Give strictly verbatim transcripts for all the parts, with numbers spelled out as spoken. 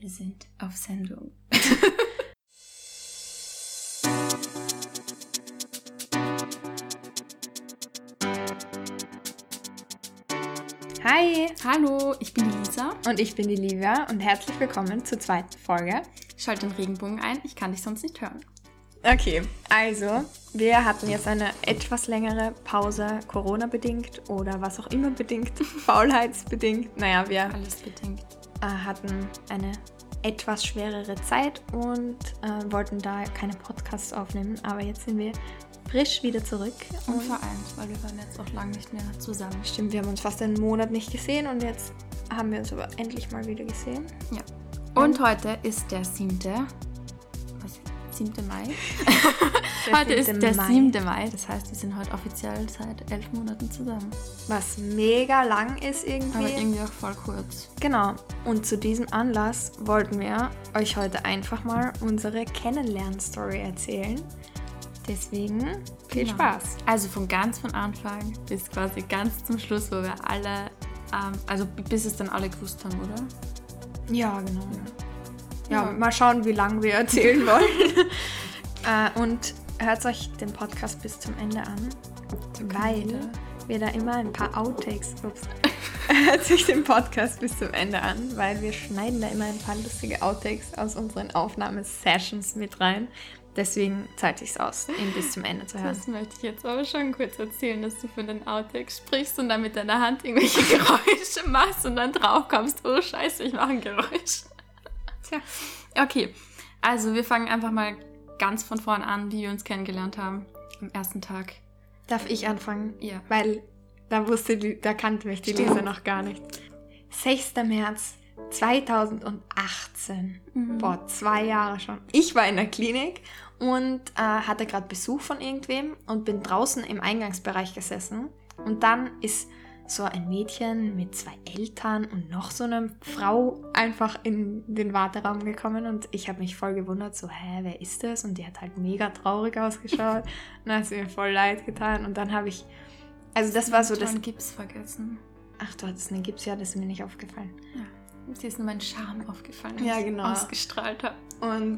Wir sind auf Sendung. Hi! Hallo, ich bin die Lisa. Und ich bin die Livia und herzlich willkommen zur zweiten Folge. Schalt den Regenbogen ein, ich kann dich sonst nicht hören. Okay, also, wir hatten jetzt eine etwas längere Pause, Corona-bedingt oder was auch immer bedingt, faulheitsbedingt. Naja, wir Alles bedingt. äh, hatten eine etwas schwerere Zeit und äh, wollten da keine Podcasts aufnehmen, aber jetzt sind wir frisch wieder zurück. Und vereint, weil wir waren jetzt auch lange nicht mehr zusammen. Stimmt, wir haben uns fast einen Monat nicht gesehen und jetzt haben wir uns aber endlich mal wieder gesehen. Ja. Und heute ist der siebte Was? siebte Mai Der Heute ist siebte der Mai. siebte Mai, das heißt, wir sind heute offiziell seit elf Monaten zusammen. Was mega lang ist irgendwie. Aber irgendwie auch voll kurz. Genau. Und zu diesem Anlass wollten wir euch heute einfach mal unsere Kennenlern-Story erzählen. Deswegen viel Genau. Spaß. Also von ganz von Anfang bis quasi ganz zum Schluss, wo wir alle, ähm, also bis es dann alle gewusst haben, oder? Ja, genau. Ja, Ja. mal schauen, wie lange wir erzählen wollen. äh, und hört euch den Podcast bis zum Ende an, weil wieder- wir da immer ein paar Outtakes, ups, hört sich den Podcast bis zum Ende an, weil wir schneiden da immer ein paar lustige Outtakes aus unseren Aufnahmesessions mit rein. Deswegen zahlt sich's aus, ihn bis zum Ende zu hören. Das möchte ich jetzt aber schon kurz erzählen, dass du von den Outtakes sprichst und dann mit deiner Hand irgendwelche Geräusche machst und dann drauf kommst, oh Scheiße, ich mache ein Geräusch. Tja, okay. Also wir fangen einfach mal ganz von vorn an, wie wir uns kennengelernt haben am ersten Tag. Darf ich anfangen? Ja. Weil da wusste die, da kannte mich die Stimmt. Lisa noch gar nicht. sechster März zweitausendachtzehn. Mhm. Boah, zwei Jahre schon. Ich war in der Klinik und äh, hatte gerade Besuch von irgendwem und bin draußen im Eingangsbereich gesessen. Und dann ist so ein Mädchen mit zwei Eltern und noch so eine Frau einfach in den Warteraum gekommen und ich habe mich voll gewundert, so, hä, wer ist das? Und die hat halt mega traurig ausgeschaut und dann hat sie mir voll leid getan und dann habe ich, also das war so das, einen Gips vergessen. ach, du hattest einen Gips, ja, das ist mir nicht aufgefallen. Ja. Dir ist nur mein Charme aufgefallen, Ja, den ich genau. ausgestrahlt habe. Und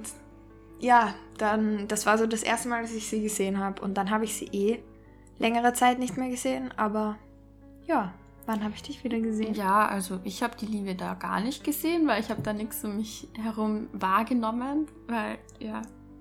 ja, dann, das war so das erste Mal, dass ich sie gesehen habe und dann habe ich sie eh längere Zeit nicht mehr gesehen, aber ja, wann habe ich dich wieder gesehen? Ja, also ich habe die Liebe da gar nicht gesehen, weil ich habe da nichts um mich herum wahrgenommen, weil, ja,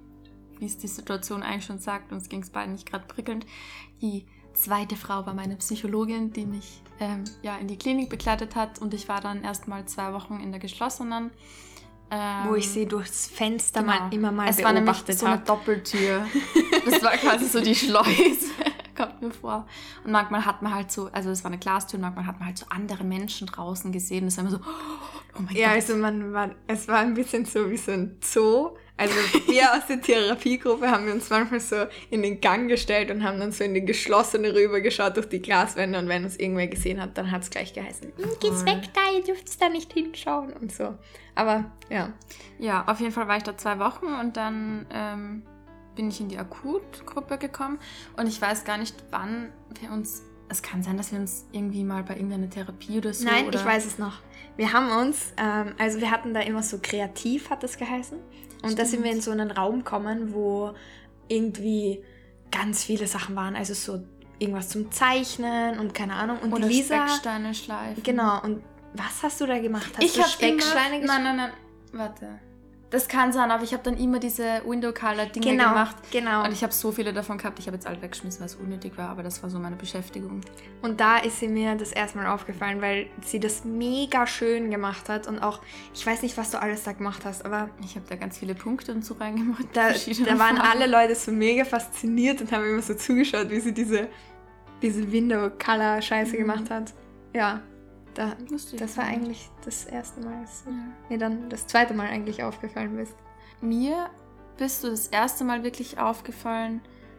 wie es die Situation eigentlich schon sagt, uns ging es beiden nicht gerade prickelnd. Die zweite Frau war meine Psychologin, die mich ähm, ja, in die Klinik begleitet hat und ich war dann erst mal zwei Wochen in der geschlossenen. Ähm, Wo ich sie durchs Fenster genau. mal immer mal es war nämlich beobachtet so eine habe. Doppeltür. Das war quasi so die Schleuse, kommt mir vor. Und manchmal hat man halt so, also es war eine Glastür, und manchmal hat man halt so andere Menschen draußen gesehen. Das war immer so, oh mein Ja, Gott. also man war, es war ein bisschen so wie so ein Zoo. Also wir aus der Therapiegruppe haben wir uns manchmal so in den Gang gestellt und haben dann so in die geschlossene rüber geschaut durch die Glaswände und wenn uns irgendwer gesehen hat, dann hat es gleich geheißen, geht's weg da, ihr dürft da nicht hinschauen und so. Aber ja. Ja, auf jeden Fall war ich da zwei Wochen und dann ähm, bin ich in die Akutgruppe gekommen und ich weiß gar nicht, wann wir uns, es kann sein, dass wir uns irgendwie mal bei irgendeiner Therapie oder so. Nein, oder ich weiß es noch. Wir haben uns, ähm, also wir hatten da immer so kreativ, hat es geheißen. Und da sind wir in so einen Raum gekommen, wo irgendwie ganz viele Sachen waren. Also so irgendwas zum Zeichnen und keine Ahnung. Und Oder die Lisa, Specksteine schleifen. genau. Und was hast du da gemacht? Hast Ich du habe Specksteine immer, nein, nein, nein, warte. Das kann sein, aber ich habe dann immer diese Window-Color-Dinge Genau, gemacht. genau. Und ich habe so viele davon gehabt. Ich habe jetzt alle weggeschmissen, weil es unnötig war, aber das war so meine Beschäftigung. Und da ist sie mir das erste Mal aufgefallen, weil sie das mega schön gemacht hat. Und auch, ich weiß nicht, was du alles da gemacht hast, aber Ich habe da ganz viele Punkte und so reingemacht. da, verschiedene da waren Farben. alle Leute so mega fasziniert und haben immer so zugeschaut, wie sie diese, diese Window-Color-Scheiße Mhm. gemacht hat. Ja, da, Lustig. das war eigentlich das erste Mal, dass du Ja. mir dann das zweite Mal eigentlich aufgefallen bist. Mir bist du das erste Mal wirklich aufgefallen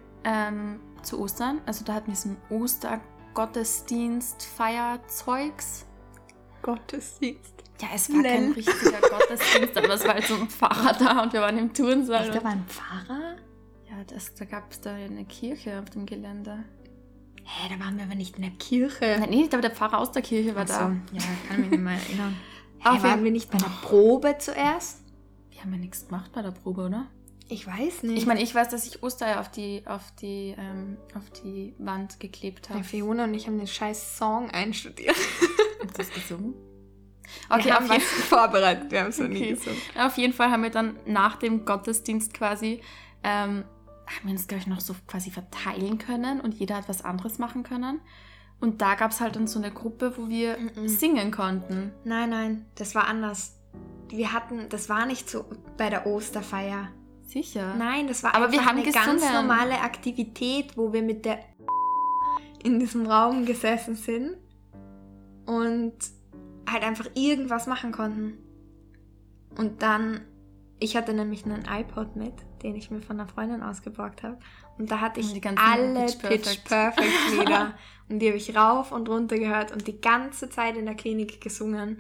ähm, zu Ostern. Also da hatten wir so ein Ostergottesdienst, Feierzeugs. Gottesdienst. Ja, es war kein Lel. richtiger Gottesdienst, aber es war halt so ein Pfarrer da und wir waren im Turnsaal. Echt, da war ein Pfarrer? Ja, das, da gab es da eine Kirche auf dem Gelände. Hä, da waren wir aber nicht in der Kirche. Nein, nee, aber der Pfarrer aus der Kirche war Ach so, da. ja, kann mich nicht mehr erinnern. Hey, waren wir nicht bei der Probe zuerst? Wir haben ja nichts gemacht bei der Probe, oder? Ich weiß nicht. Ich meine, ich weiß, dass ich Ostereier auf die, auf die, ähm, auf die Wand geklebt habe. Ja, Fiona und ich haben den scheiß Song einstudiert. Hast du das gesungen? Okay, wir haben was vorbereitet, wir haben es noch nie okay. gesungen. Auf jeden Fall haben wir dann nach dem Gottesdienst quasi, ähm, haben wir uns, glaube ich, noch so quasi verteilen können und jeder hat was anderes machen können. Und da gab es halt dann so eine Gruppe, wo wir Mm-mm. singen konnten. Nein, nein, das war anders. Wir hatten, das war nicht so bei der Osterfeier. Sicher? Nein, das war Aber einfach wir haben eine gesungen. ganz normale Aktivität, wo wir mit der in diesem Raum gesessen sind und halt einfach irgendwas machen konnten. Und dann, ich hatte nämlich einen iPod mit, den ich mir von einer Freundin ausgeborgt habe. Und da hatte ich die ganzen alle Pitch Pitch Perfect. Perfect Lieder. Und die habe ich rauf und runter gehört und die ganze Zeit in der Klinik gesungen.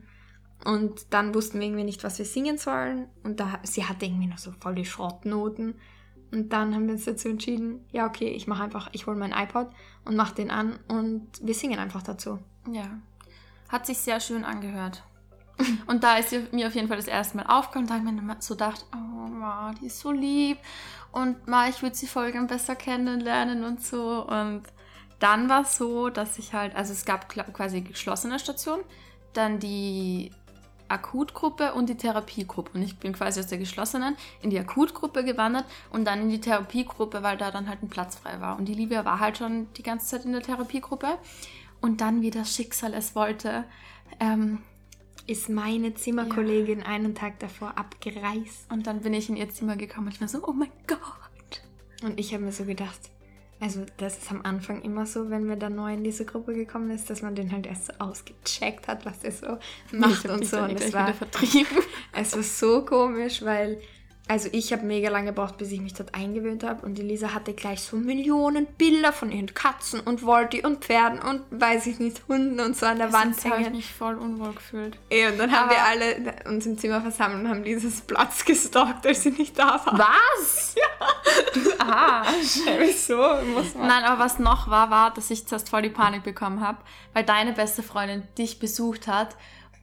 Und dann wussten wir irgendwie nicht, was wir singen sollen. Und da, sie hatte irgendwie noch so voll die Schrottnoten. Und dann haben wir uns dazu entschieden, ja okay, ich mache einfach, ich hole meinen iPod und mache den an und wir singen einfach dazu. Ja, hat sich sehr schön angehört. Und da ist sie mir auf jeden Fall das erste Mal aufgekommen, da habe ich mir so gedacht, oh Ma, die ist so lieb und Ma, ich würde sie voll gern besser kennenlernen und so. Und dann war es so, dass ich halt, also es gab quasi geschlossene Station, dann die Akutgruppe und die Therapiegruppe. Und ich bin quasi aus der geschlossenen in die Akutgruppe gewandert und dann in die Therapiegruppe, weil da dann halt ein Platz frei war. Und die Livia war halt schon die ganze Zeit in der Therapiegruppe. Und dann, wie das Schicksal es wollte, ähm, ist meine Zimmerkollegin ja. einen Tag davor abgereist. Und dann bin ich in ihr Zimmer gekommen und ich war so, oh mein Gott. Und ich habe mir so gedacht, also das ist am Anfang immer so, wenn wir dann neu in diese Gruppe gekommen ist, dass man den halt erst so ausgecheckt hat, was der so macht und so. Und es war, vertrieben. es war so komisch, weil, also ich habe mega lange gebraucht, bis ich mich dort eingewöhnt habe. Und Elisa hatte gleich so Millionen Bilder von ihren Katzen und Wolti und Pferden und weiß ich nicht, Hunden und so an der Wand hängen. Da habe ich mich voll unwohl gefühlt. Ey, und dann haben Aber wir alle uns im Zimmer versammelt und haben dieses Platz gestalkt, als sie nicht da war. Was? Ja. Du Arsch. Wieso? Muss man. Nein, aber was noch war, war, dass ich zuerst voll die Panik bekommen habe, weil deine beste Freundin dich besucht hat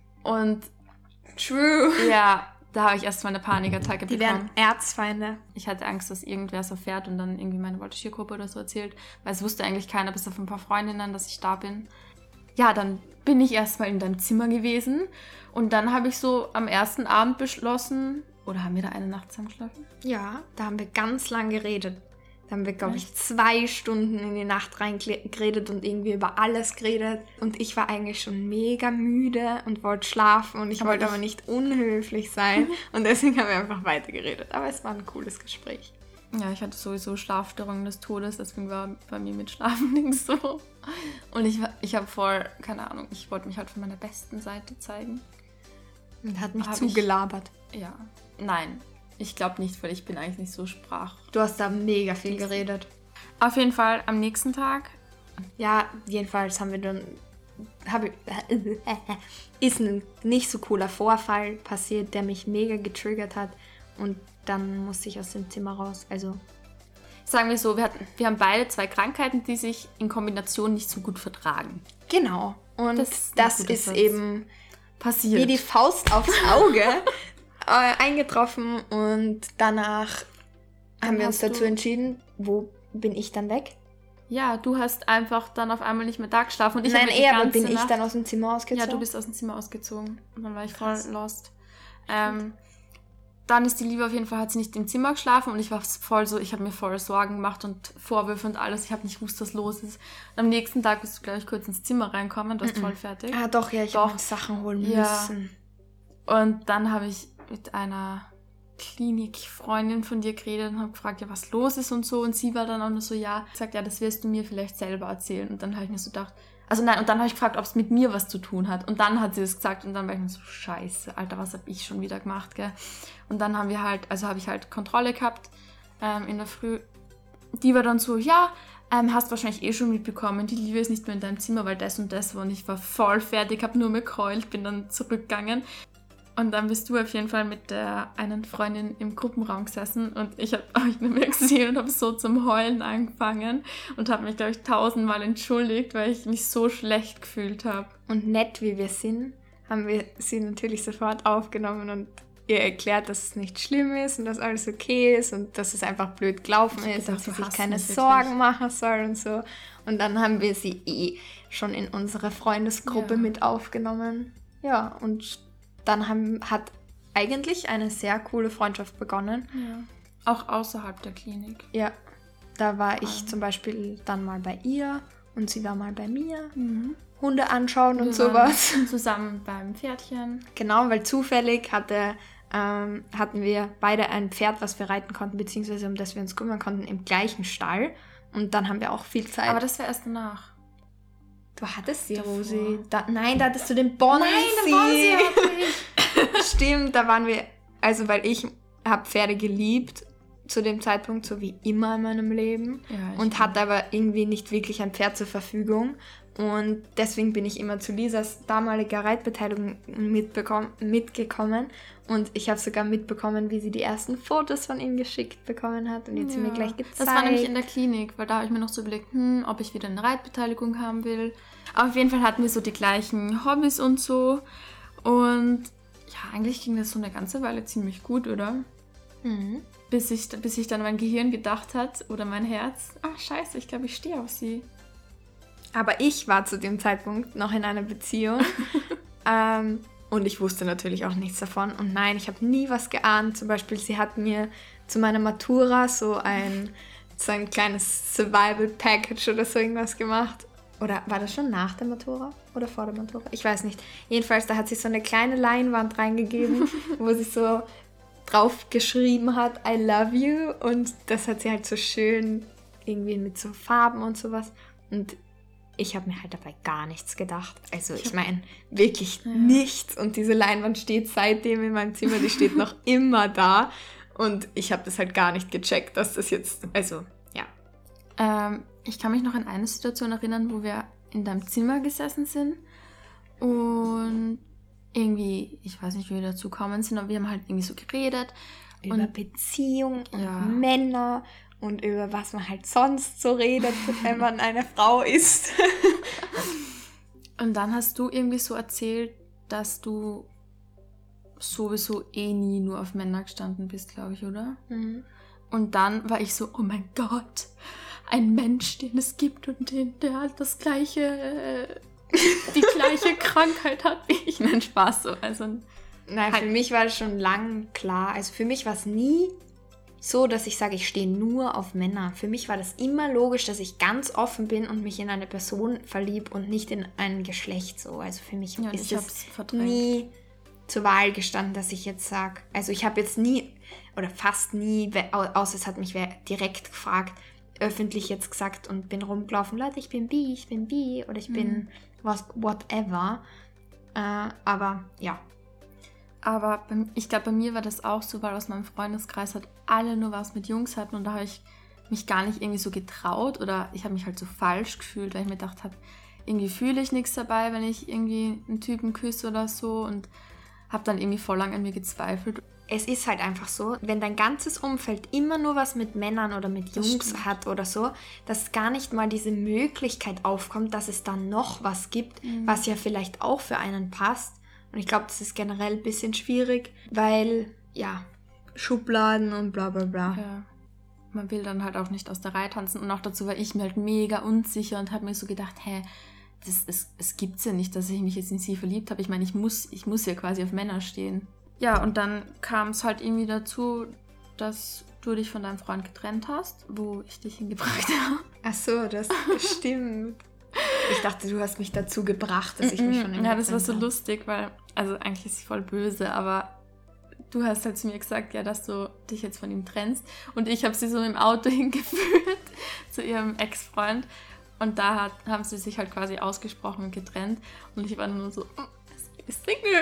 und True. Ja, da habe ich erst mal eine Panikattacke Die bekommen. wären Erzfeinde. Ich hatte Angst, dass irgendwer es erfährt und dann irgendwie meine Voltigiergruppe oder so erzählt, weil es wusste eigentlich keiner, bis auf ein paar Freundinnen, dass ich da bin. Ja, dann bin ich erstmal in deinem Zimmer gewesen und dann habe ich so am ersten Abend beschlossen, oder haben wir da eine Nacht zusammen geschlafen? Ja, da haben wir ganz lang geredet. Da haben wir, glaube ich, zwei Stunden in die Nacht reingeredet und irgendwie über alles geredet. Und ich war eigentlich schon mega müde und wollte schlafen und ich aber wollte ich... aber nicht unhöflich sein. Und deswegen haben wir einfach weiter geredet. Aber es war ein cooles Gespräch. Ja, ich hatte sowieso Schlafstörungen des Todes, deswegen war bei mir mit Schlafen nichts so. Und ich, ich habe voll, keine Ahnung, ich wollte mich halt von meiner besten Seite zeigen. Und hat mich zugelabert. Ich, ja, nein. Ich glaube nicht, weil ich bin eigentlich nicht so sprach. Du hast da mega viel geredet. Auf jeden Fall am nächsten Tag. Ja, jedenfalls haben wir dann... Hab ich, ist ein nicht so cooler Vorfall passiert, der mich mega getriggert hat. Und dann musste ich aus dem Zimmer raus. Also... Sagen wir so, wir, hatten, wir haben beide zwei Krankheiten, die sich in Kombination nicht so gut vertragen. Genau. Und das, das ist Satz. eben passiert. Wie die Faust aufs Auge äh, eingetroffen. Und danach dann haben wir uns dazu entschieden, wo bin ich dann weg? Ja, du hast einfach dann auf einmal nicht mehr da geschlafen. Und ich Nein, eher aber bin Nacht, ich dann aus dem Zimmer ausgezogen. Ja, du bist aus dem Zimmer ausgezogen. Und dann war ich voll lost. Ähm, dann ist die Liebe auf jeden Fall, hat sie nicht im Zimmer geschlafen und ich war voll so, ich habe mir voll Sorgen gemacht und Vorwürfe und alles. Ich habe nicht gewusst, was los ist. Und am nächsten Tag bist du, glaube ich, kurz ins Zimmer reinkommen. Du warst mm-mm. voll fertig. Ah, doch, ja, ich habe Sachen holen ja. müssen. Und dann habe ich mit einer Klinikfreundin von dir geredet und habe gefragt, ja, was los ist und so. Und sie war dann auch nur so, ja, gesagt, ja, das wirst du mir vielleicht selber erzählen. Und dann habe ich mir so gedacht, also nein, und dann habe ich gefragt, ob es mit mir was zu tun hat. Und dann hat sie das gesagt und dann war ich mir so, scheiße, Alter, was habe ich schon wieder gemacht, gell? Und dann haben wir halt, also habe ich halt Kontrolle gehabt ähm, in der Früh. Die war dann so, ja, ähm, hast wahrscheinlich eh schon mitbekommen, die Liebe ist nicht mehr in deinem Zimmer, weil das und das war. Und ich war voll fertig, habe nur mehr geheult, bin dann zurückgegangen. Und dann bist du auf jeden Fall mit der einen Freundin im Gruppenraum gesessen und ich habe euch nicht mehr gesehen und habe so zum Heulen angefangen und habe mich, glaube ich, tausendmal entschuldigt, weil ich mich so schlecht gefühlt habe. Und nett wie wir sind, haben wir sie natürlich sofort aufgenommen und ihr erklärt, dass es nicht schlimm ist und dass alles okay ist und dass es einfach blöd gelaufen ist und sie sich keine Sorgen machen soll und so. Und dann haben wir sie eh schon in unsere Freundesgruppe ja. mit aufgenommen. Ja, und dann haben, hat eigentlich eine sehr coole Freundschaft begonnen. Ja. Auch außerhalb der Klinik. Ja, da war ich um. zum Beispiel dann mal bei ihr und sie war mal bei mir. Mhm. Hunde anschauen und wir sowas. Zusammen beim Pferdchen. Genau, weil zufällig hatte, ähm, hatten wir beide ein Pferd, was wir reiten konnten, beziehungsweise um das wir uns kümmern konnten, im gleichen Stall. Und dann haben wir auch viel Zeit. Aber das war erst danach. Du hattest die Rosi. Da, nein, da hattest du den Bonsi. Nein, den Bonsi hatte ich. Stimmt, da waren wir, also weil ich habe Pferde geliebt zu dem Zeitpunkt, so wie immer in meinem Leben. Ja, und hatte aber irgendwie nicht wirklich ein Pferd zur Verfügung. Und deswegen bin ich immer zu Lisas damaliger Reitbeteiligung mitgekommen. Und ich habe sogar mitbekommen, wie sie die ersten Fotos von ihm geschickt bekommen hat. Und jetzt ja. mir gleich gezeigt. Das war nämlich in der Klinik, weil da habe ich mir noch so überlegt, hm, ob ich wieder eine Reitbeteiligung haben will. Aber auf jeden Fall hatten wir so die gleichen Hobbys und so. Und ja, eigentlich ging das so eine ganze Weile ziemlich gut, oder? Mhm. Bis ich, bis ich dann mein Gehirn gedacht hat, oder mein Herz, ach scheiße, ich glaube, ich stehe auf sie. Aber ich war zu dem Zeitpunkt noch in einer Beziehung ähm, und ich wusste natürlich auch nichts davon. Und nein, ich habe nie was geahnt. Zum Beispiel, sie hat mir zu meiner Matura so ein, so ein kleines Survival-Package oder so irgendwas gemacht. Oder war das schon nach der Matura oder vor der Matura? Ich weiß nicht. Jedenfalls, da hat sie so eine kleine Leinwand reingegeben, wo sie so drauf geschrieben hat, I love you. Und das hat sie halt so schön irgendwie mit so Farben und sowas. Und ich habe mir halt dabei gar nichts gedacht. Also ich, ich meine, wirklich ja. nichts. Und diese Leinwand steht seitdem in meinem Zimmer, die steht noch immer da. Und ich habe das halt gar nicht gecheckt, dass das jetzt, also ja. Ähm, ich kann mich noch an eine Situation erinnern, wo wir in deinem Zimmer gesessen sind. Und irgendwie, ich weiß nicht, wie wir dazu gekommen sind, aber wir haben halt irgendwie so geredet. Über und, Beziehung und ja. Männer. Und über was man halt sonst so redet, wenn man eine Frau ist. Und dann hast du irgendwie so erzählt, dass du sowieso eh nie nur auf Männer gestanden bist, glaube ich, oder? Mhm. Und dann war ich so, oh mein Gott, ein Mensch, den es gibt und den, der halt das gleiche, die gleiche Krankheit hat wie ich. Nein, Spaß so. Also, Nein, halt. Für mich war das schon lang klar. Also für mich war es nie so, dass ich sage, ich stehe nur auf Männer. Für mich war das immer logisch, dass ich ganz offen bin und mich in eine Person verliebe und nicht in ein Geschlecht so. Also für mich ja, ist es nie zur Wahl gestanden, dass ich jetzt sage, also ich habe jetzt nie oder fast nie, außer es hat mich wer direkt gefragt, öffentlich jetzt gesagt und bin rumgelaufen, Leute, ich bin bi, ich bin bi oder ich mhm. bin was, whatever. Äh, aber ja. Aber ich glaube, bei mir war das auch so, weil aus meinem Freundeskreis halt alle nur was mit Jungs hatten und da habe ich mich gar nicht irgendwie so getraut oder ich habe mich halt so falsch gefühlt, weil ich mir gedacht habe, irgendwie fühle ich nichts dabei, wenn ich irgendwie einen Typen küsse oder so und habe dann irgendwie voll lang an mir gezweifelt. Es ist halt einfach so, wenn dein ganzes Umfeld immer nur was mit Männern oder mit Jungs hat oder so, dass gar nicht mal diese Möglichkeit aufkommt, dass es dann noch was gibt, mhm. was ja vielleicht auch für einen passt. Und ich glaube, das ist generell ein bisschen schwierig, weil, ja, Schubladen und bla bla bla. Ja. Man will dann halt auch nicht aus der Reihe tanzen. Und auch dazu war ich mir halt mega unsicher und habe mir so gedacht, hä, das, das, das gibt's ja nicht, dass ich mich jetzt in sie verliebt habe. Ich meine, ich muss, ich muss ja quasi auf Männer stehen. Ja, und dann kam es halt irgendwie dazu, dass du dich von deinem Freund getrennt hast, wo ich dich hingebracht habe. Ach so, das stimmt. Ich dachte, du hast mich dazu gebracht, dass ich mich von ihm getrennt habe. Ja, das war so lustig, weil, also eigentlich ist es voll böse, aber du hast halt zu mir gesagt, ja, dass du dich jetzt von ihm trennst. Und ich habe sie so im Auto hingeführt zu ihrem Ex-Freund. Und da hat, haben sie sich halt quasi ausgesprochen und getrennt. Und ich war nur so, sie ist Single.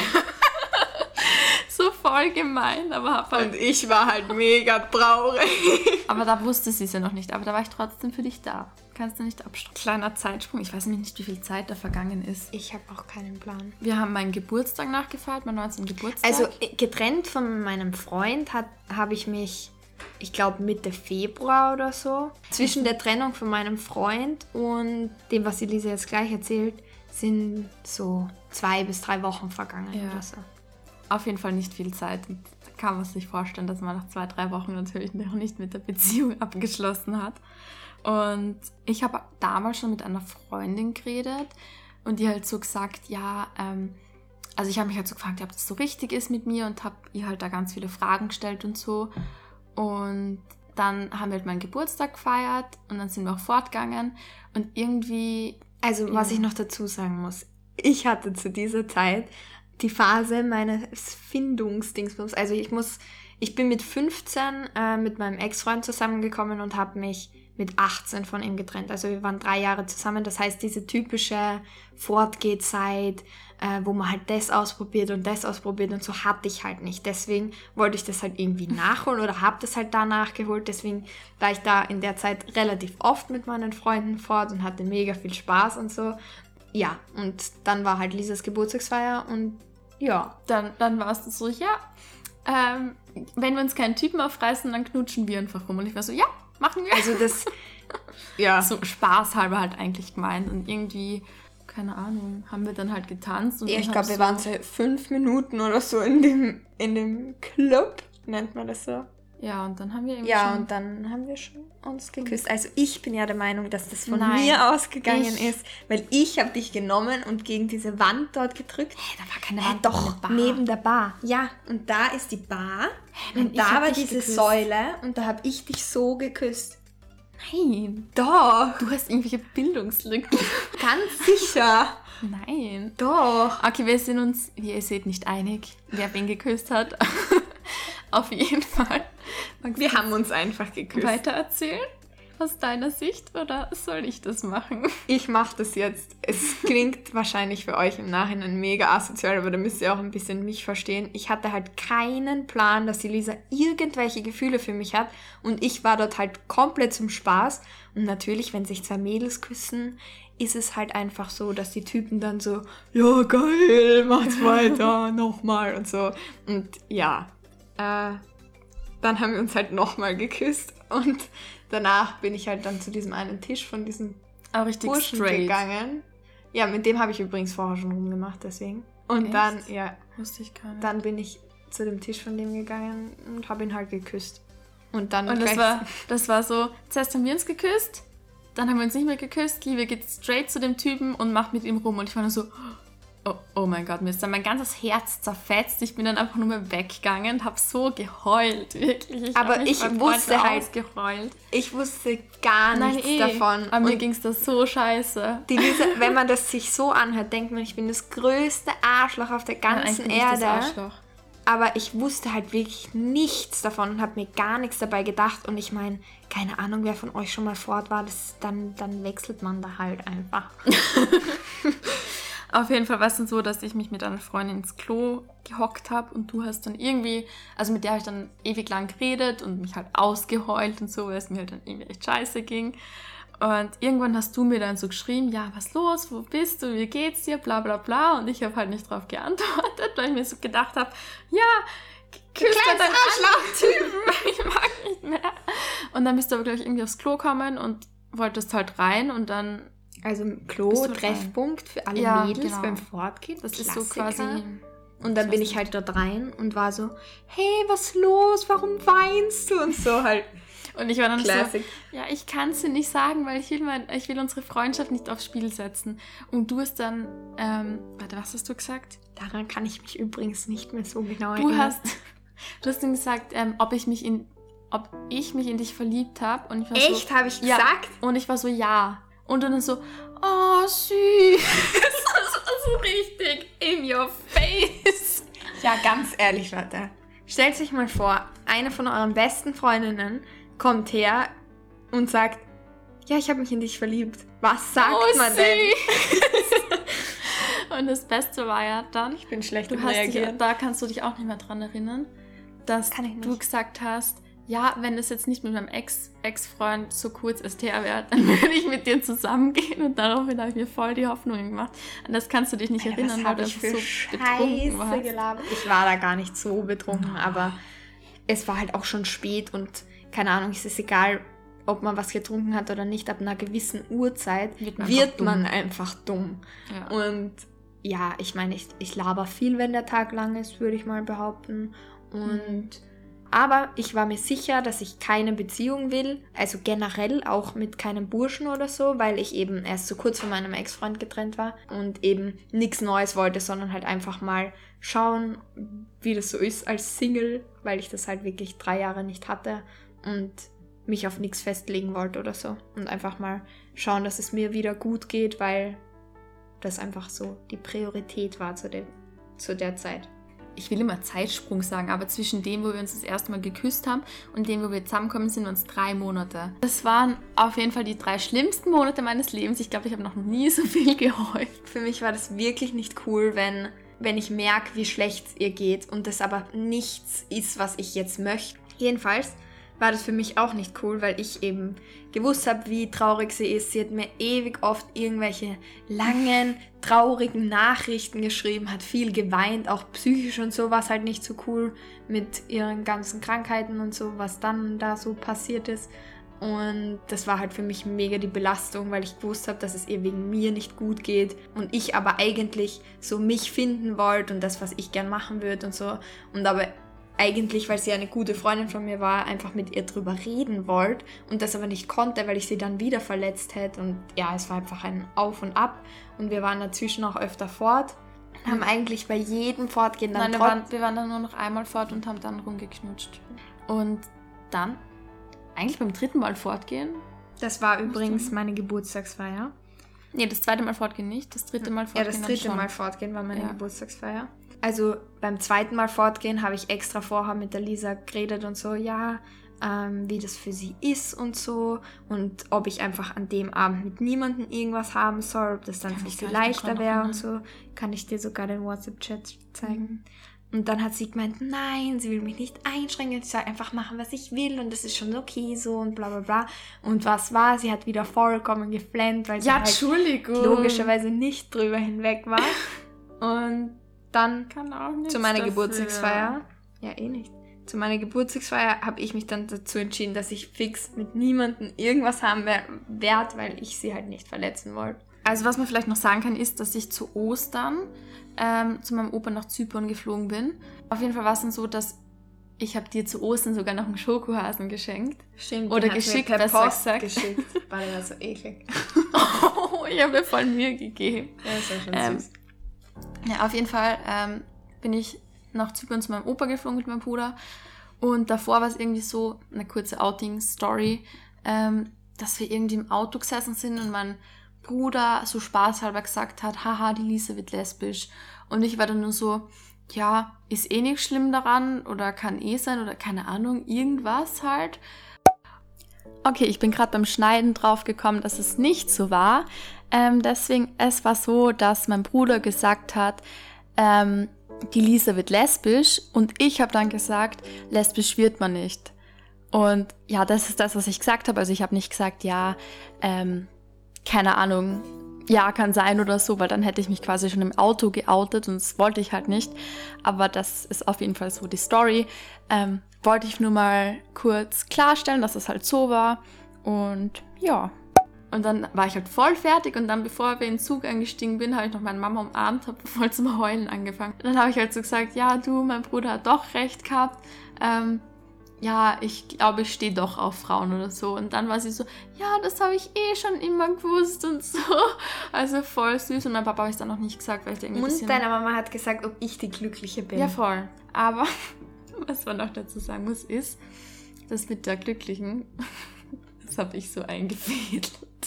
So voll gemein, aber hab halt... Und ich war halt mega traurig. Aber da wusste sie es ja noch nicht. Aber da war ich trotzdem für dich da. Kannst du nicht abstreiten. Kleiner Zeitsprung. Ich weiß nicht, wie viel Zeit da vergangen ist. Ich habe auch keinen Plan. Wir haben meinen Geburtstag nachgefeiert, meinen neunzehnten Geburtstag. Also getrennt von meinem Freund habe ich mich, ich glaube Mitte Februar oder so. Zwischen der Trennung von meinem Freund und dem, was Elisa jetzt gleich erzählt, sind so zwei bis drei Wochen vergangen Ja. oder so. Auf jeden Fall nicht viel Zeit. Und da kann man sich vorstellen, dass man nach zwei, drei Wochen natürlich noch nicht mit der Beziehung abgeschlossen hat. Und ich habe damals schon mit einer Freundin geredet und die halt so gesagt, ja, ähm, also ich habe mich halt so gefragt, ob das so richtig ist mit mir und habe ihr halt da ganz viele Fragen gestellt und so. Und dann haben wir halt meinen Geburtstag gefeiert und dann sind wir auch fortgegangen und irgendwie... Also, was Ja. ich noch dazu sagen muss, ich hatte zu dieser Zeit die Phase meines Findungsdingsbums. Also ich muss, ich bin mit fünfzehn äh, mit meinem Ex-Freund zusammengekommen und habe mich mit achtzehn von ihm getrennt. Also wir waren drei Jahre zusammen. Das heißt, diese typische Fortgehzeit, äh, wo man halt das ausprobiert und das ausprobiert und so hatte ich halt nicht. Deswegen wollte ich das halt irgendwie nachholen oder habe das halt da nachgeholt. Deswegen war ich da in der Zeit relativ oft mit meinen Freunden fort und hatte mega viel Spaß und so. Ja, und dann war halt Lisas Geburtstagsfeier und ja. Dann, dann war es so, ja, ähm, wenn wir uns keinen Typen aufreißen, dann knutschen wir einfach rum. Und ich war so, ja, machen wir. Also das, ja. So spaßhalber halt eigentlich gemeint. Und irgendwie, keine Ahnung, haben wir dann halt getanzt. Und Ja, ich ich glaube, wir waren so fünf Minuten oder so in dem, in dem Club, nennt man das so. Ja, und dann haben wir irgendwie Ja, schon... und dann haben wir schon uns geküsst. Also ich bin ja der Meinung, dass das von Nein, mir ausgegangen ich- ist, weil ich habe dich genommen und gegen diese Wand dort gedrückt. Hey, da war keine Hä, Wand, doch, eine Bar. neben der Bar. Ja, und da ist die Bar nein, und ich da hab war dich diese geküsst. Säule und da habe ich dich so geküsst. Nein, Doch, du hast irgendwelche Bildungslücken. ganz sicher. Nein. Doch. Okay, wir sind uns, wie ihr seht, nicht einig, wer wen geküsst hat. Auf jeden Fall. Magst Wir du haben uns einfach geküsst. weiter erzählen? Aus deiner Sicht oder soll ich das machen? Ich mache das jetzt. Es klingt wahrscheinlich für euch im Nachhinein mega asozial, aber da müsst ihr auch ein bisschen mich verstehen. Ich hatte halt keinen Plan, dass die Lisa irgendwelche Gefühle für mich hat und ich war dort halt komplett zum Spaß. Und natürlich, wenn sich zwei Mädels küssen, ist es halt einfach so, dass die Typen dann so, ja geil, macht's weiter, nochmal und so. Und ja, äh, dann haben wir uns halt nochmal geküsst und danach bin ich halt dann zu diesem einen Tisch von diesem Aber richtig Burschen straight. gegangen. Ja, mit dem habe ich übrigens vorher schon rumgemacht, deswegen. Und Echt? dann, ja, Wusste ich gar nicht. dann bin ich zu dem Tisch von dem gegangen und habe ihn halt geküsst. Und dann Und das gleich- war, das war so, zuerst haben wir uns geküsst, dann haben wir uns nicht mehr geküsst, Liebe geht straight zu dem Typen und macht mit ihm rum. Und ich war nur so, oh, oh mein Gott, mir ist dann mein ganzes Herz zerfetzt. Ich bin dann einfach nur mehr weggegangen und habe so geheult, wirklich. Ich Aber hab mich ich beim wusste Freund halt- ausgeheult. ich wusste gar Nein, nichts eh. davon. Aber mir Und ging es da so scheiße. die Lisa, wenn man das sich so anhört, denkt man, ich bin das größte Arschloch auf der Nein, eigentlich ganzen bin ich das Erde. Arschloch. Aber ich wusste halt wirklich nichts davon und habe mir gar nichts dabei gedacht. Und ich meine, keine Ahnung, wer von euch schon mal fort war, das, dann, dann wechselt man da halt einfach. Auf jeden Fall war es dann so, dass ich mich mit einer Freundin ins Klo gehockt habe und du hast dann irgendwie, also mit der habe ich dann ewig lang geredet und mich halt ausgeheult und so, weil es mir halt dann irgendwie echt scheiße ging. Und irgendwann hast du mir dann so geschrieben, ja, was los, wo bist du, wie geht's dir, bla bla bla. Und ich habe halt nicht drauf geantwortet, weil ich mir so gedacht habe, ja, küsst ja deinen Arschloch-Typen, ich mag nicht mehr. Und dann bist du aber, glaube ich, irgendwie aufs Klo kommen und wolltest halt rein und dann, Also Bist Klo, du Treffpunkt für alle Ja, Mädels genau. beim Fortgehen. das ist so Klassiker. quasi... Und dann Ich bin weiß ich halt dort rein und war so, hey, was los, warum weinst du? Und so halt. Und ich war dann Classic. so, ja, ich kann es dir nicht sagen, weil ich will, mein, ich will unsere Freundschaft nicht aufs Spiel setzen. Und du hast dann, ähm, warte, was hast du gesagt? Daran kann ich mich übrigens nicht mehr so genau Du erinnern. hast, du hast dann gesagt, ähm, ob ich mich in, ob ich mich in dich verliebt habe. Und ich war Echt, so, habe ich ja. gesagt? Und ich war so, ja. Und dann so, oh, süß. Das war so richtig in your face. Ja, ganz ehrlich, Leute. Stellt euch mal vor, eine von euren besten Freundinnen kommt her und sagt, ja, ich habe mich in dich verliebt. Was sagt Oh, man denn? süß. Und das Beste war ja dann, Ich bin schlecht Du im hast dich, Reagieren. da kannst du dich auch nicht mehr dran erinnern, dass Kann ich nicht. du gesagt hast, ja, wenn es jetzt nicht mit meinem Ex, Ex-Freund so kurz S T R wäre, dann würde ich mit dir zusammengehen und daraufhin habe ich mir voll die Hoffnung gemacht. An das kannst du dich nicht Alter, erinnern, was weil hab du ich einfach für so betrunken Scheiße warst. gelabert. Ich war da gar nicht so betrunken, aber es war halt auch schon spät und keine Ahnung, es ist egal, ob man was getrunken hat oder nicht, ab einer gewissen Uhrzeit Wird man wird einfach man dumm. einfach dumm. Ja. Und ja, ich meine, ich, ich laber viel, wenn der Tag lang ist, würde ich mal behaupten. Und mhm. aber ich war mir sicher, dass ich keine Beziehung will, also generell auch mit keinem Burschen oder so, weil ich eben erst so kurz von meinem Ex-Freund getrennt war und eben nichts Neues wollte, sondern halt einfach mal schauen, wie das so ist als Single, weil ich das halt wirklich drei Jahre nicht hatte und mich auf nichts festlegen wollte oder so. Und einfach mal schauen, dass es mir wieder gut geht, weil das einfach so die Priorität war zu der, zu der Zeit. Ich will immer Zeitsprung sagen, aber zwischen dem, wo wir uns das erste Mal geküsst haben und dem, wo wir zusammenkommen, sind uns drei Monate. Das waren auf jeden Fall die drei schlimmsten Monate meines Lebens. Ich glaube, ich habe noch nie so viel geheult. Für mich war das wirklich nicht cool, wenn, wenn ich merke, wie schlecht es ihr geht und das aber nichts ist, was ich jetzt möchte. Jedenfalls war das für mich auch nicht cool, weil ich eben gewusst habe, wie traurig sie ist. Sie hat mir ewig oft irgendwelche langen, traurigen Nachrichten geschrieben, hat viel geweint, auch psychisch und so, war es halt nicht so cool mit ihren ganzen Krankheiten und so, was dann da so passiert ist. Und das war halt für mich mega die Belastung, weil ich gewusst habe, dass es ihr wegen mir nicht gut geht und ich aber eigentlich so mich finden wollte und das, was ich gern machen würde und so. Und aber eigentlich, weil sie eine gute Freundin von mir war, einfach mit ihr drüber reden wollte und das aber nicht konnte, weil ich sie dann wieder verletzt hätte. Und ja, es war einfach ein Auf und Ab und wir waren dazwischen auch öfter fort. Haben eigentlich bei jedem Fortgehen dann... Nein, wir waren, wir waren dann nur noch einmal fort und haben dann rumgeknutscht. Und dann, eigentlich beim dritten Mal fortgehen... Das war übrigens meine Geburtstagsfeier. Nee, das zweite Mal fortgehen nicht, das dritte Mal fortgehen. Ja, das dritte Mal fortgehen war meine ja. Geburtstagsfeier. Also beim zweiten Mal fortgehen habe ich extra vorher mit der Lisa geredet und so, ja, ähm, wie das für sie ist und so und ob ich einfach an dem Abend mit niemandem irgendwas haben soll, ob das dann für sie leichter wäre und so. Kann ich dir sogar den WhatsApp-Chat zeigen. Mhm. Und dann hat sie gemeint, nein, sie will mich nicht einschränken, ich soll einfach machen, was ich will und das ist schon okay so und bla bla bla. Und was war? Sie hat wieder vollkommen geflennt, weil sie ja, halt Entschuldigung. logischerweise nicht drüber hinweg war. Und dann zu meiner dafür. Geburtstagsfeier, ja eh nicht, zu meiner Geburtstagsfeier habe ich mich dann dazu entschieden, dass ich fix mit niemandem irgendwas haben werde, weil ich sie halt nicht verletzen wollte. Also was man vielleicht noch sagen kann, ist, dass ich zu Ostern ähm, zu meinem Opa nach Zypern geflogen bin. Auf jeden Fall war es dann so, dass ich habe dir zu Ostern sogar noch einen Schokohasen geschenkt. Stimmt. Oder geschickt, per Post geschickt. War der war so eklig. Oh, ich habe mir voll Mühe gegeben. Ja, das war schon ähm, süß. Ja, auf jeden Fall ähm, bin ich nach Zypern zu meinem Opa geflogen mit meinem Bruder. Und davor war es irgendwie so eine kurze Outing-Story, ähm, dass wir irgendwie im Auto gesessen sind und mein Bruder so spaßhalber gesagt hat, haha, die Lisa wird lesbisch. Und ich war dann nur so, ja, ist eh nichts schlimm daran oder kann eh sein oder keine Ahnung, irgendwas halt. Okay, ich bin gerade beim Schneiden drauf gekommen, dass es nicht so war. Ähm, deswegen, es war so, dass mein Bruder gesagt hat, ähm, die Lisa wird lesbisch und ich habe dann gesagt, lesbisch wird man nicht. Und ja, das ist das, was ich gesagt habe. Also ich habe nicht gesagt, ja, ähm, keine Ahnung, ja, kann sein oder so, weil dann hätte ich mich quasi schon im Auto geoutet und das wollte ich halt nicht. Aber das ist auf jeden Fall so die Story. Ähm, wollte ich nur mal kurz klarstellen, dass es halt so war. Und ja. Und dann war ich halt voll fertig und dann, bevor wir in den Zug eingestiegen bin, habe ich noch meine Mama umarmt, habe voll zum Heulen angefangen. Und dann habe ich halt so gesagt, ja du, mein Bruder hat doch recht gehabt. Ähm, ja, ich glaube, ich stehe doch auf Frauen oder so. Und dann war sie so, ja, das habe ich eh schon immer gewusst und so. Also voll süß. Und mein Papa habe ich dann noch nicht gesagt, weil ich irgendwie Und ein bisschen... deine Mama hat gesagt, ob ich die Glückliche bin. Ja, voll. Aber was man noch dazu sagen muss, ist, das mit der Glücklichen, das habe ich so eingefädelt.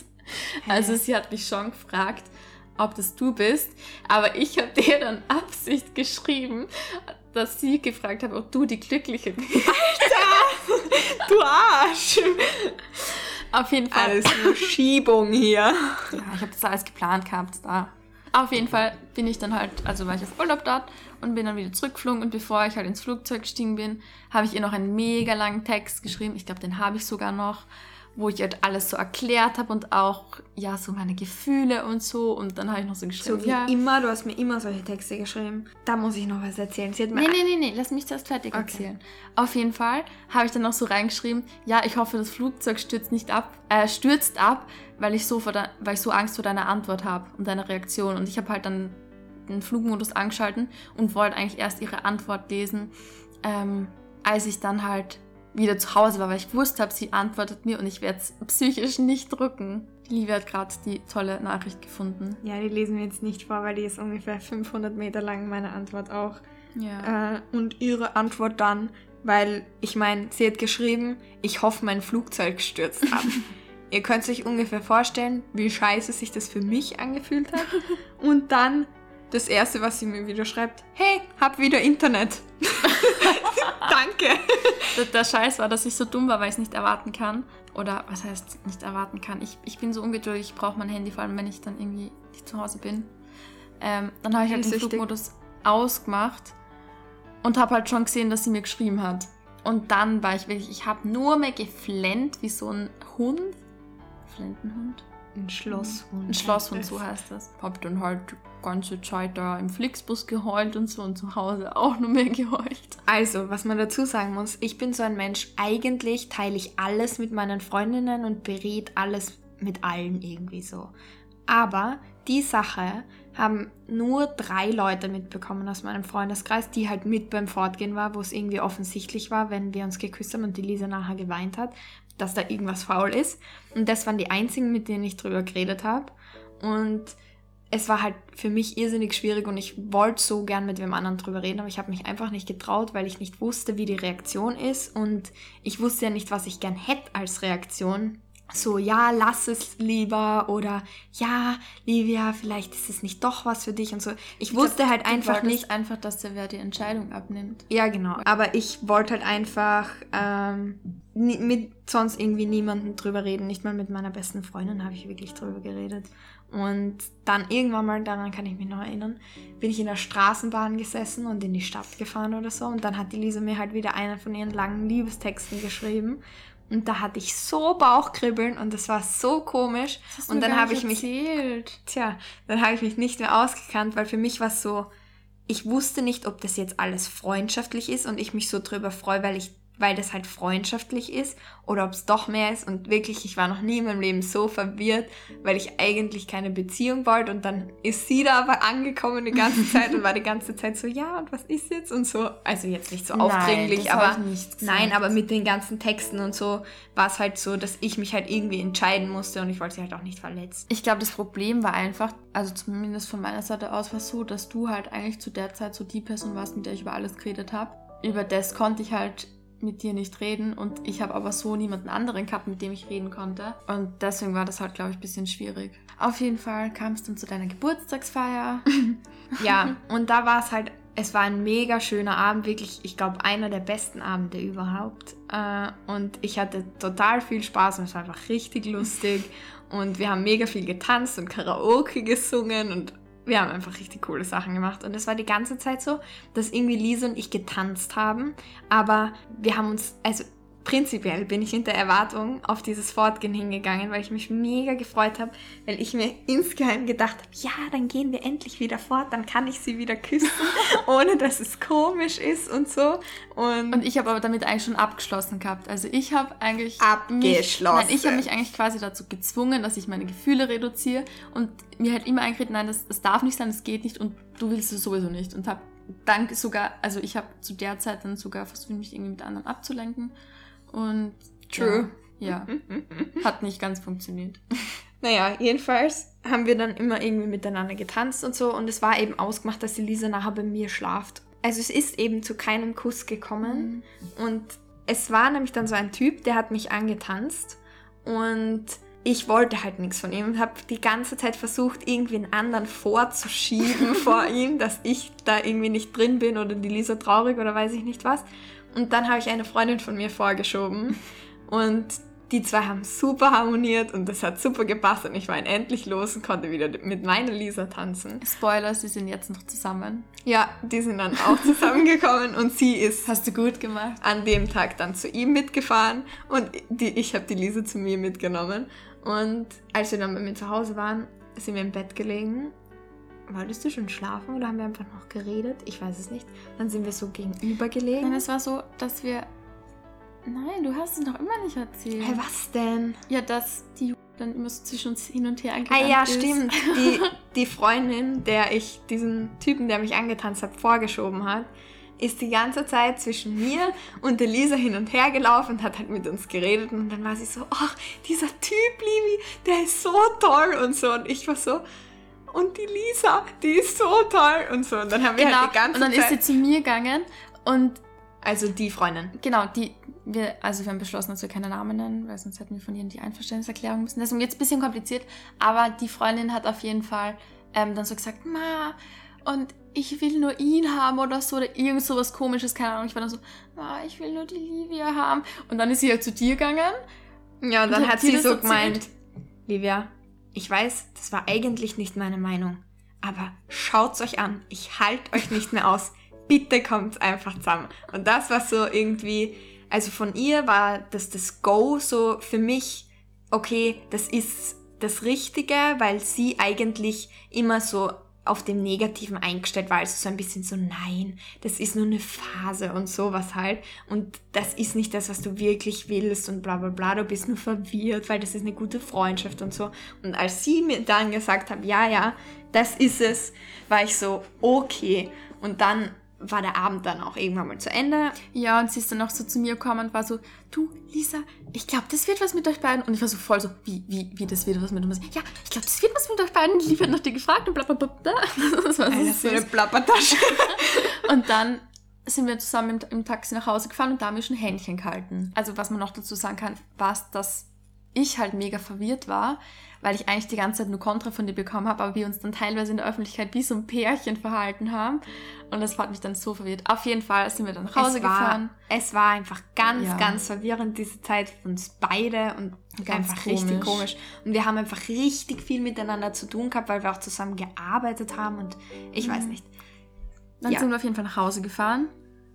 Also sie hat mich schon gefragt, ob das du bist, aber ich habe dir dann Absicht geschrieben, dass sie gefragt hat, ob du die Glückliche bist. Alter! Du Arsch! Auf jeden Fall. Alles nur Schiebung hier. Ja, ich habe das alles geplant gehabt da. Auf jeden Fall bin ich dann halt, also war ich auf Urlaub dort und bin dann wieder zurückgeflogen und bevor ich halt ins Flugzeug gestiegen bin, habe ich ihr noch einen mega langen Text geschrieben. Ich glaube, den habe ich sogar noch, wo ich halt alles so erklärt habe und auch, ja, so meine Gefühle und so. Und dann habe ich noch so geschrieben. So wie ja. immer, du hast mir immer solche Texte geschrieben. Da muss ich noch was erzählen. Sie hat mir nee, nee, nee, nee, lass mich das fertig okay. erzählen. Auf jeden Fall habe ich dann noch so reingeschrieben, ja, ich hoffe, das Flugzeug stürzt nicht ab, äh, stürzt ab, weil ich so vor de- weil ich so Angst vor deiner Antwort habe und deiner Reaktion. Und ich habe halt dann den Flugmodus angeschalten und wollte eigentlich erst ihre Antwort lesen, ähm, als ich dann halt wieder zu Hause war, weil ich gewusst habe, sie antwortet mir und ich werde es psychisch nicht drücken. Die Livia hat gerade die tolle Nachricht gefunden. Ja, die lesen wir jetzt nicht vor, weil die ist ungefähr fünfhundert Meter lang, meine Antwort auch. Ja. Äh, und ihre Antwort dann, weil, ich meine, sie hat geschrieben, ich hoffe, mein Flugzeug stürzt ab. Ihr könnt euch ungefähr vorstellen, wie scheiße sich das für mich angefühlt hat. Und dann das Erste, was sie mir wieder schreibt, hey, hab wieder Internet. Danke. Der, der Scheiß war, dass ich so dumm war, weil ich es nicht erwarten kann. Oder was heißt nicht erwarten kann? Ich, ich bin so ungeduldig, ich brauche mein Handy, vor allem wenn ich dann irgendwie nicht zu Hause bin. Ähm, dann habe ich halt den Flugmodus ausgemacht und habe halt schon gesehen, dass sie mir geschrieben hat. Und dann war ich wirklich, ich habe nur mehr geflennt wie so ein Hund. Flentenhund? Ein Schlosshund. Ein Schlosshund, so heißt das. Hab dann halt die ganze Zeit da im Flixbus geheult und so und zu Hause auch nur mehr geheult. Also, was man dazu sagen muss, ich bin so ein Mensch, eigentlich teile ich alles mit meinen Freundinnen und berät alles mit allen irgendwie so. Aber die Sache haben nur drei Leute mitbekommen aus meinem Freundeskreis, die halt mit beim Fortgehen war, wo es irgendwie offensichtlich war, wenn wir uns geküsst haben und die Lisa nachher geweint hat, dass da irgendwas faul ist. Und das waren die einzigen, mit denen ich drüber geredet habe. Und es war halt für mich irrsinnig schwierig und ich wollte so gern mit wem anderen drüber reden, aber ich habe mich einfach nicht getraut, weil ich nicht wusste, wie die Reaktion ist und ich wusste ja nicht, was ich gern hätte als Reaktion. So, ja, lass es lieber oder ja, Livia, vielleicht ist es nicht doch was für dich und so. Ich, ich wusste glaub, halt einfach nicht... einfach, dass der wer die Entscheidung abnimmt. Ja, genau. Aber ich wollte halt einfach ähm, nie, mit sonst irgendwie niemandem drüber reden. Nicht mal mit meiner besten Freundin habe ich wirklich drüber geredet. Und dann irgendwann mal, daran kann ich mich noch erinnern, bin ich in der Straßenbahn gesessen und in die Stadt gefahren oder so. Und dann hat die Lisa mir halt wieder einen von ihren langen Liebestexten geschrieben. Und da hatte ich so Bauchkribbeln und das war so komisch. Das hast und du dann habe ich erzählt. mich, tja, dann habe ich mich nicht mehr ausgekannt, weil für mich war es so, ich wusste nicht, ob das jetzt alles freundschaftlich ist und ich mich so drüber freue, weil ich weil das halt freundschaftlich ist oder ob es doch mehr ist und wirklich, ich war noch nie in meinem Leben so verwirrt, weil ich eigentlich keine Beziehung wollte und dann ist sie da aber angekommen die ganze Zeit und war die ganze Zeit so, ja und was ist jetzt und so, also jetzt nicht so aufdringlich, nein, aber nicht nein, aber mit den ganzen Texten und so war es halt so, dass ich mich halt irgendwie entscheiden musste und ich wollte sie halt auch nicht verletzen. Ich glaube, das Problem war einfach, also zumindest von meiner Seite aus war es so, dass du halt eigentlich zu der Zeit so die Person warst, mit der ich über alles geredet habe. Über das konnte ich halt mit dir nicht reden und ich habe aber so niemanden anderen gehabt, mit dem ich reden konnte und deswegen war das halt, glaube ich, ein bisschen schwierig. Auf jeden Fall kam es dann zu deiner Geburtstagsfeier. Ja, und da war es halt, es war ein mega schöner Abend, wirklich, ich glaube, einer der besten Abende überhaupt äh, und ich hatte total viel Spaß und es war einfach richtig lustig und wir haben mega viel getanzt und Karaoke gesungen und wir haben einfach richtig coole Sachen gemacht und es war die ganze Zeit so, dass irgendwie Lisa und ich getanzt haben, aber wir haben uns, also prinzipiell bin ich in der Erwartung auf dieses Fortgehen hingegangen, weil ich mich mega gefreut habe, weil ich mir insgeheim gedacht habe, ja, dann gehen wir endlich wieder fort, dann kann ich sie wieder küssen, ohne dass es komisch ist und so. Und, und ich habe aber damit eigentlich schon abgeschlossen gehabt. Also ich habe eigentlich abgeschlossen. Mich, nein, ich habe mich eigentlich quasi dazu gezwungen, dass ich meine Gefühle reduziere und mir halt immer eingeredet, nein, das, das darf nicht sein, das geht nicht und du willst es sowieso nicht. Und habe dann sogar, also ich habe zu der Zeit dann sogar versucht, mich irgendwie mit anderen abzulenken. Und True. Ja, ja, hat nicht ganz funktioniert. Naja, jedenfalls haben wir dann immer irgendwie miteinander getanzt und so und es war eben ausgemacht, dass die Lisa nachher bei mir schlaft. Also es ist eben zu keinem Kuss gekommen mhm. und es war nämlich dann so ein Typ, der hat mich angetanzt und ich wollte halt nichts von ihm und habe die ganze Zeit versucht, irgendwie einen anderen vorzuschieben vor ihm, dass ich da irgendwie nicht drin bin oder die Lisa traurig oder weiß ich nicht was. Und dann habe ich eine Freundin von mir vorgeschoben und die zwei haben super harmoniert und das hat super gepasst und ich war endlich los und konnte wieder mit meiner Lisa tanzen. Spoiler, sie sind jetzt noch zusammen. Ja, die sind dann auch zusammengekommen und sie ist Hast du gut gemacht. An dem Tag dann zu ihm mitgefahren und die, ich habe die Lisa zu mir mitgenommen. Und als wir dann bei mir zu Hause waren, sind wir im Bett gelegen. Wolltest du schon schlafen oder haben wir einfach noch geredet? Ich weiß es nicht. Dann sind wir so gegenüber gelegen. Nein, es war so, dass wir... Nein, du hast es noch immer nicht erzählt. Hä, hey, was denn? Ja, dass die dann immer so zwischen uns hin und her Ah gerannt ja, ist. stimmt. Die, die Freundin, der ich diesen Typen, der mich angetanzt hat, vorgeschoben hat, ist die ganze Zeit zwischen mir und der Lisa hin und her gelaufen und hat halt mit uns geredet. Und dann war sie so, ach, dieser Typ, Livi, der ist so toll und so. Und ich war so, und die Lisa, die ist so toll und so. Und dann haben wir Genau, halt die ganze und dann Zeit... ist sie zu mir gegangen und Also die Freundin. genau, die, wir, also wir haben beschlossen, dass wir keine Namen nennen, weil sonst hätten wir von ihr die Einverständniserklärung müssen. Deswegen jetzt ein bisschen kompliziert, aber die Freundin hat auf jeden Fall ähm, dann so gesagt, Ma, und ich will nur ihn haben oder so, oder irgend so was Komisches, keine Ahnung. Ich war dann so, Ma, ich will nur die Livia haben. Und dann ist sie halt zu dir gegangen. Ja, und dann Und hat hat sie sie das so erzählt? gemeint, Livia, ich weiß, das war eigentlich nicht meine Meinung, aber schaut's euch an, ich halte euch nicht mehr aus. Bitte kommt einfach zusammen. Und das war so irgendwie, also von ihr war das das Go so für mich, okay, das ist das Richtige, weil sie eigentlich immer so auf dem Negativen eingestellt war, also so ein bisschen so, nein, das ist nur eine Phase und sowas halt. Und das ist nicht das, was du wirklich willst und bla bla bla, du bist nur verwirrt, weil das ist eine gute Freundschaft und so. Und als sie mir dann gesagt hat, ja, ja, das ist es, war ich so, okay. Und dann war der Abend dann auch irgendwann mal zu Ende. Ja, und sie ist dann auch so zu mir gekommen und war so, du, Lisa, ich glaube, das wird was mit euch beiden. Und ich war so voll so, wie, wie, wie, das wird was mit uns? Ja, ich glaube, das wird was mit euch beiden. Die wird nach dir gefragt und bla bla bla. Das war so Alter, so eine süß. Plappertasche. Und dann sind wir zusammen im, im Taxi nach Hause gefahren und da haben wir schon Händchen gehalten. Also was man noch dazu sagen kann, war, dass ich halt mega verwirrt war, weil ich eigentlich die ganze Zeit nur Kontra von dir bekommen habe, aber wir uns dann teilweise in der Öffentlichkeit wie so ein Pärchen verhalten haben. Und das hat mich dann so verwirrt. Auf jeden Fall sind wir dann nach Hause es war, gefahren. Es war einfach ganz, Ja. ganz verwirrend, diese Zeit für uns beide und Ganz einfach komisch. richtig komisch. Und wir haben einfach richtig viel miteinander zu tun gehabt, weil wir auch zusammen gearbeitet haben und ich Mhm. weiß nicht. Dann Ja. sind wir auf jeden Fall nach Hause gefahren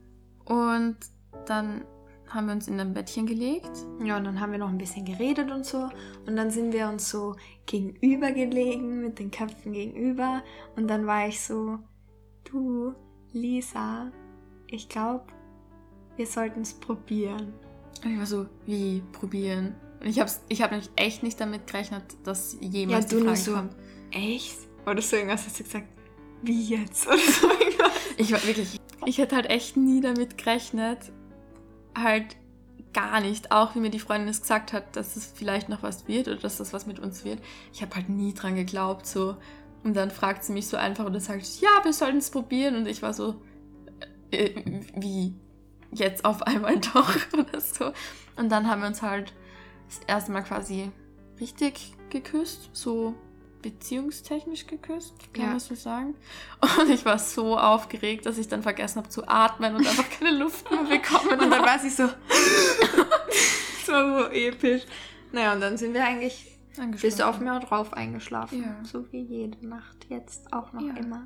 und dann haben wir uns in ein Bettchen gelegt. Ja, und dann haben wir noch ein bisschen geredet und so. Und dann sind wir uns so gegenüber gelegen, mit den Köpfen gegenüber. Und dann war ich so, du, Lisa, ich glaube, wir sollten es probieren. Und ich war so, wie, probieren? Und ich habe ich hab nämlich echt nicht damit gerechnet, dass jemals Ja, die du nur Frage so, kommt. echt? Oder so irgendwas hast du gesagt, wie jetzt? Oder so irgendwas. Ich war wirklich, ich hätte halt echt nie damit gerechnet, halt gar nicht, auch wie mir die Freundin es gesagt hat, dass es vielleicht noch was wird oder dass das was mit uns wird. Ich habe halt nie dran geglaubt, so. Und dann fragt sie mich so einfach und dann sagt sie, ja, wir sollten es probieren. Und ich war so, äh, wie, jetzt auf einmal doch oder so. Und dann haben wir uns halt das erste Mal quasi richtig geküsst, so beziehungstechnisch geküsst, kann Ja. man so sagen. Und ich war so aufgeregt, dass ich dann vergessen habe zu atmen und einfach keine Luft mehr bekommen Und dann habe. war sie so, das war so episch. Naja, und dann sind wir eigentlich, bist du auf mir drauf eingeschlafen. Ja. So wie jede Nacht, jetzt auch noch Ja. immer.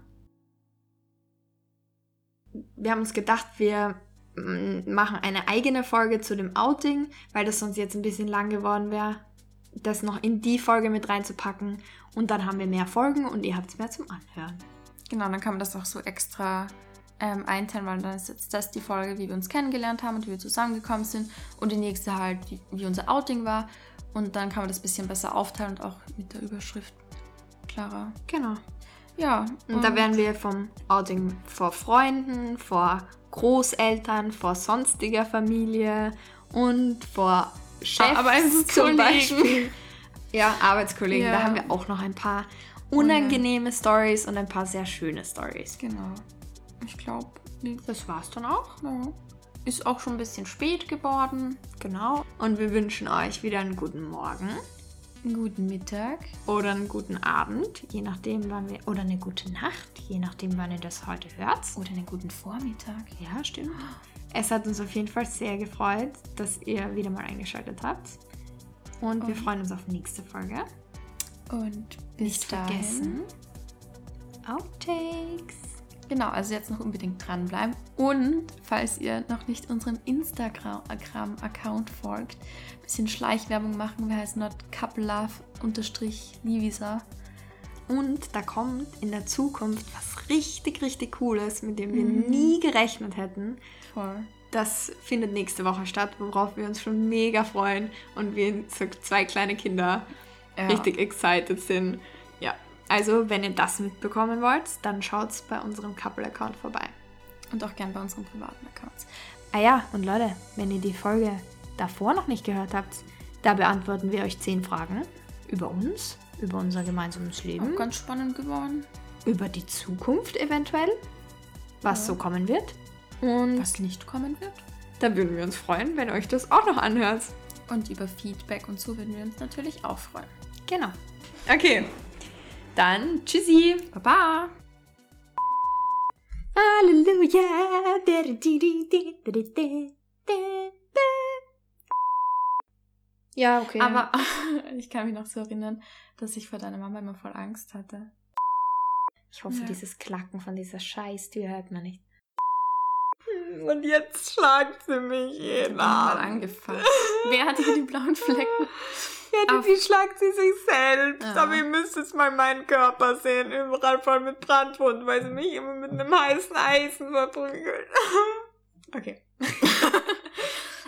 Wir haben uns gedacht, wir mm, machen eine eigene Folge zu dem Outing, weil das sonst jetzt ein bisschen lang geworden wäre, das noch in die Folge mit reinzupacken. Und dann haben wir mehr Folgen und ihr habt es mehr zum Anhören. Genau, dann kann man das auch so extra ähm, einteilen, weil dann ist jetzt das die Folge, wie wir uns kennengelernt haben und wie wir zusammengekommen sind und die nächste halt, wie, wie unser Outing war. Und dann kann man das ein bisschen besser aufteilen und auch mit der Überschrift klarer. Genau. Ja. Und da werden wir vom Outing vor Freunden, vor Großeltern, vor sonstiger Familie und vor Chefs Arbeitskollegen. zum Beispiel. Ja, Arbeitskollegen. Ja. Da haben wir auch noch ein paar unangenehme Stories und ein paar sehr schöne Stories. Genau. Ich glaube, Das war's dann auch. ja. Ist auch schon ein bisschen spät geworden. Genau. Und wir wünschen euch wieder einen guten Morgen Einen guten Mittag. oder einen guten Abend, je nachdem, wann wir, oder eine gute Nacht, je nachdem, wann ihr das heute hört. Oder einen guten Vormittag. Ja, stimmt. Es hat uns auf jeden Fall sehr gefreut, dass ihr wieder mal eingeschaltet habt. Und wir Und- freuen uns auf die nächste Folge. Und bis Nicht dahin. vergessen. Outtakes. Genau, also jetzt noch unbedingt dranbleiben. Und falls ihr noch nicht unserem Instagram-Account folgt, ein bisschen Schleichwerbung machen. Wir heißen dort couplelove-livisa. Und da kommt in der Zukunft was richtig, richtig Cooles, mit dem wir Mhm. nie gerechnet hätten. Voll. Das findet nächste Woche statt, worauf wir uns schon mega freuen. Und wir so zwei kleine Kinder Ja. richtig excited sind. Ja, also wenn ihr das mitbekommen wollt, dann schaut bei unserem Couple-Account vorbei. Und auch gern bei unseren privaten Accounts. Ah ja, und Leute, wenn ihr die Folge davor noch nicht gehört habt, da beantworten wir euch zehn Fragen über uns, über unser gemeinsames Leben. Auch ganz spannend geworden. Über die Zukunft eventuell, was Ja. so kommen wird. Und Was nicht kommen wird. da würden wir uns freuen, wenn ihr euch das auch noch anhört. Und über Feedback und so würden wir uns natürlich auch freuen. Genau. Okay, dann tschüssi. Baba! Halleluja. Ja, okay. Aber ich kann mich noch so erinnern, dass ich vor deiner Mama immer voll Angst hatte. ich hoffe, Ja. dieses Klacken von dieser Scheißtür hört man nicht. Und jetzt schlagt sie mich jeden Mal angefasst. Wer hatte hier die blauen Flecken? Ja, Auf- die schlagt sie sich selbst. Ja. Aber ihr müsst jetzt mal meinen Körper sehen. Überall voll mit Brandwunden, weil sie mich immer mit einem heißen Eisen verprügelt. Okay.